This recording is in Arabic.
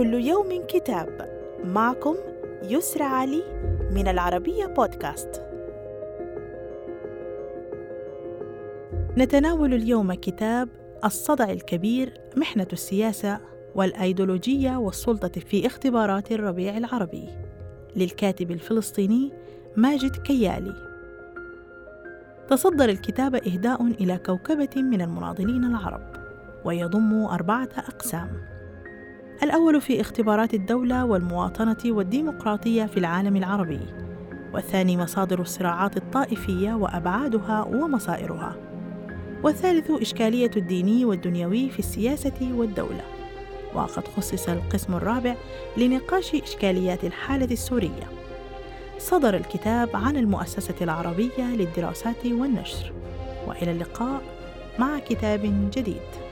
كل يوم كتاب. معكم يسرى علي من العربية بودكاست. نتناول اليوم كتاب الصدع الكبير، محنة السياسة والأيديولوجية والسلطة في اختبارات الربيع العربي، للكاتب الفلسطيني ماجد كيالي. تصدر الكتاب إهداء إلى كوكبة من المناضلين العرب، ويضم 4 أقسام. الأول في اختبارات الدولة والمواطنة والديمقراطية في العالم العربي، والثاني مصادر الصراعات الطائفية وأبعادها ومصائرها، والثالث إشكالية الديني والدنيوي في السياسة والدولة. وقد خصص القسم الرابع لنقاش إشكاليات الحالة السورية. صدر الكتاب عن المؤسسة العربية للدراسات والنشر. وإلى اللقاء مع كتاب جديد.